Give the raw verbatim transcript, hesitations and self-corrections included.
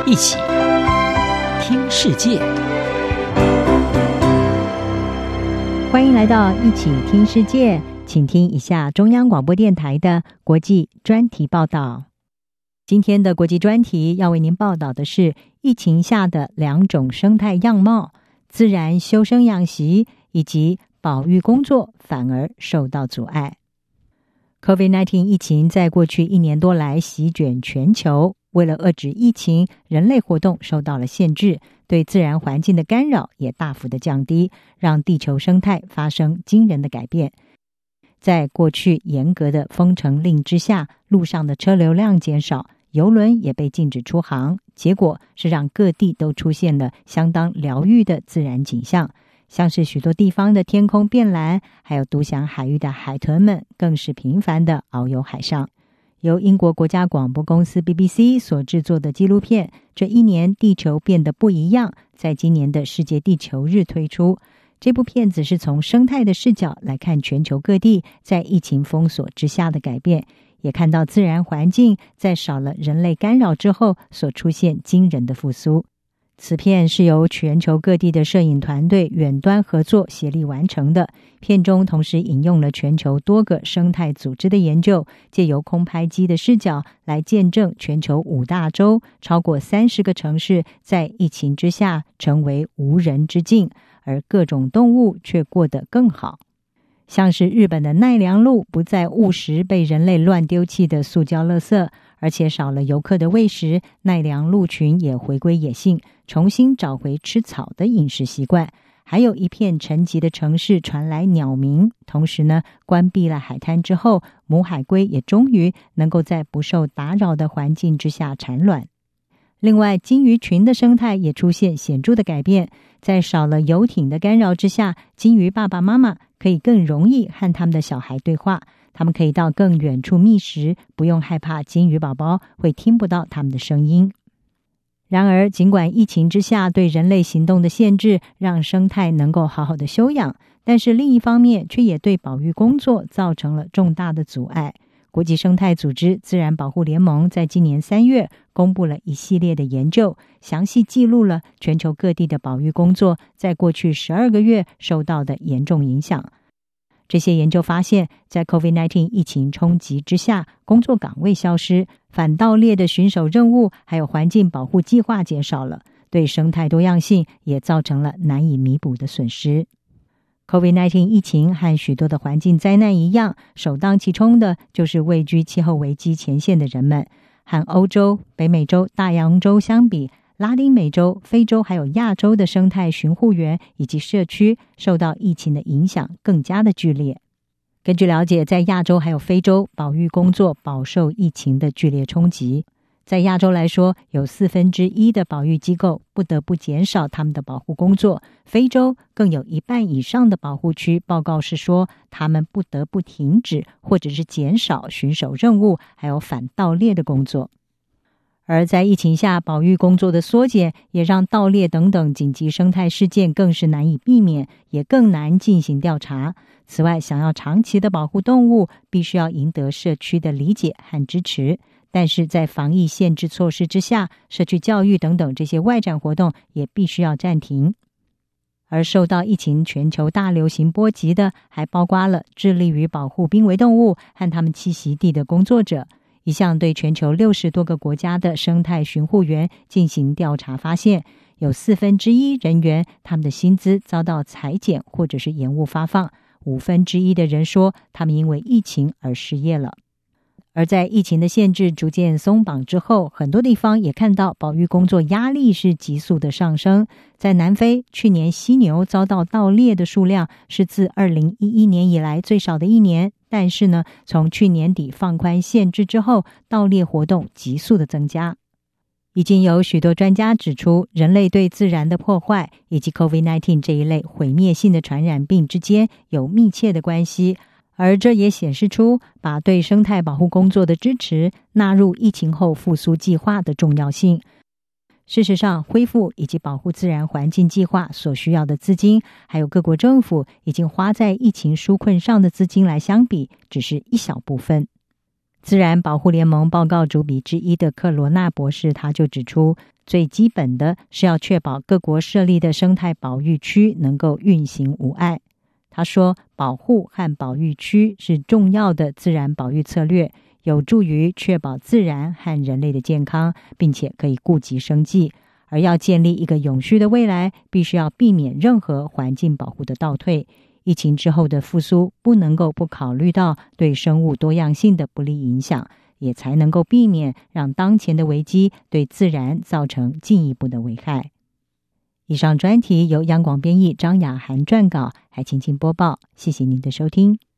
一起听世界。 欢迎来到一起听世界，请听一下中央广播电台的国际专题报道。今天的国际专题要为您报道的是疫情下的两种生态样貌，自然休生养息以及保育工作反而受到阻碍。 COVID 十九 疫情在过去一年多来席卷全球，为了遏制疫情，人类活动受到了限制，对自然环境的干扰也大幅的降低，让地球生态发生惊人的改变。在过去严格的封城令之下，路上的车流量减少，邮轮也被禁止出航，结果是让各地都出现了相当疗愈的自然景象，像是许多地方的天空变蓝，还有独享海域的海豚们更是频繁地遨游海上。由英国国家广播公司 B B C 所制作的纪录片《这一年地球变得不一样》在今年的世界地球日推出。这部片子是从生态的视角来看全球各地在疫情封锁之下的改变，也看到自然环境在少了人类干扰之后所出现惊人的复苏。此片是由全球各地的摄影团队远端合作协力完成的，片中同时引用了全球多个生态组织的研究，借由空拍机的视角来见证全球五大洲超过三十个城市在疫情之下成为无人之境，而各种动物却过得更好。像是日本的奈良鹿不再误食被人类乱丢弃的塑胶垃圾，而且少了游客的喂食，奈良鹿群也回归野性，重新找回吃草的饮食习惯。还有一片沉寂的城市传来鸟鸣，同时呢，关闭了海滩之后，母海龟也终于能够在不受打扰的环境之下产卵。另外，鲸鱼群的生态也出现显著的改变，在少了游艇的干扰之下，鲸鱼爸爸妈妈可以更容易和他们的小孩对话，他们可以到更远处觅食，不用害怕鲸鱼宝宝会听不到他们的声音。然而，尽管疫情之下对人类行动的限制让生态能够好好的休养，但是另一方面却也对保育工作造成了重大的阻碍。国际生态组织自然保护联盟在今年三月公布了一系列的研究，详细记录了全球各地的保育工作在过去十二个月受到的严重影响。这些研究发现，在 COVID 十九 疫情冲击之下，工作岗位消失，反盗猎的巡守任务还有环境保护计划减少了，对生态多样性也造成了难以弥补的损失。COVID 十九 疫情和许多的环境灾难一样，首当其冲的就是位居气候危机前线的人们。和欧洲、北美洲、大洋洲相比，拉丁美洲、非洲还有亚洲的生态巡护员以及社区受到疫情的影响更加的剧烈。根据了解，在亚洲还有非洲，保育工作饱受疫情的剧烈冲击。在亚洲来说，有四分之一的保育机构不得不减少他们的保护工作，非洲更有一半以上的保护区报告是说他们不得不停止或者是减少巡守任务还有反盗猎的工作。而在疫情下，保育工作的缩减也让盗猎等等紧急生态事件更是难以避免，也更难进行调查。此外，想要长期的保护动物，必须要赢得社区的理解和支持。但是在防疫限制措施之下，社区教育等等这些外展活动也必须要暂停。而受到疫情全球大流行波及的，还包括了致力于保护濒危动物和他们栖息地的工作者。一项对全球六十多个国家的生态巡护员进行调查发现，有四分之一人员他们的薪资遭到裁减或者是延误发放，五分之一的人说他们因为疫情而失业了。而在疫情的限制逐渐松绑之后，很多地方也看到保育工作压力是急速的上升。在南非，去年犀牛遭到盗猎的数量是自二零一一年以来最少的一年，但是呢，从去年底放宽限制之后，盗猎活动急速的增加。已经有许多专家指出，人类对自然的破坏以及 COVID 十九 这一类毁灭性的传染病之间有密切的关系，而这也显示出把对生态保护工作的支持纳入疫情后复苏计划的重要性。事实上，恢复以及保护自然环境计划所需要的资金，还有各国政府已经花在疫情纾困上的资金来相比，只是一小部分。自然保护联盟报告主笔之一的克罗纳博士他就指出， 最基本的是要确保各国设立的生态保育区能够运行无碍。他说，保护和保育区是重要的自然保育策略，有助于确保自然和人类的健康，并且可以顾及生计。而要建立一个永续的未来，必须要避免任何环境保护的倒退。疫情之后的复苏不能够不考虑到对生物多样性的不利影响，也才能够避免让当前的危机对自然造成进一步的危害。以上专题由央广编译张雅涵撰稿，还请请播报。谢谢您的收听。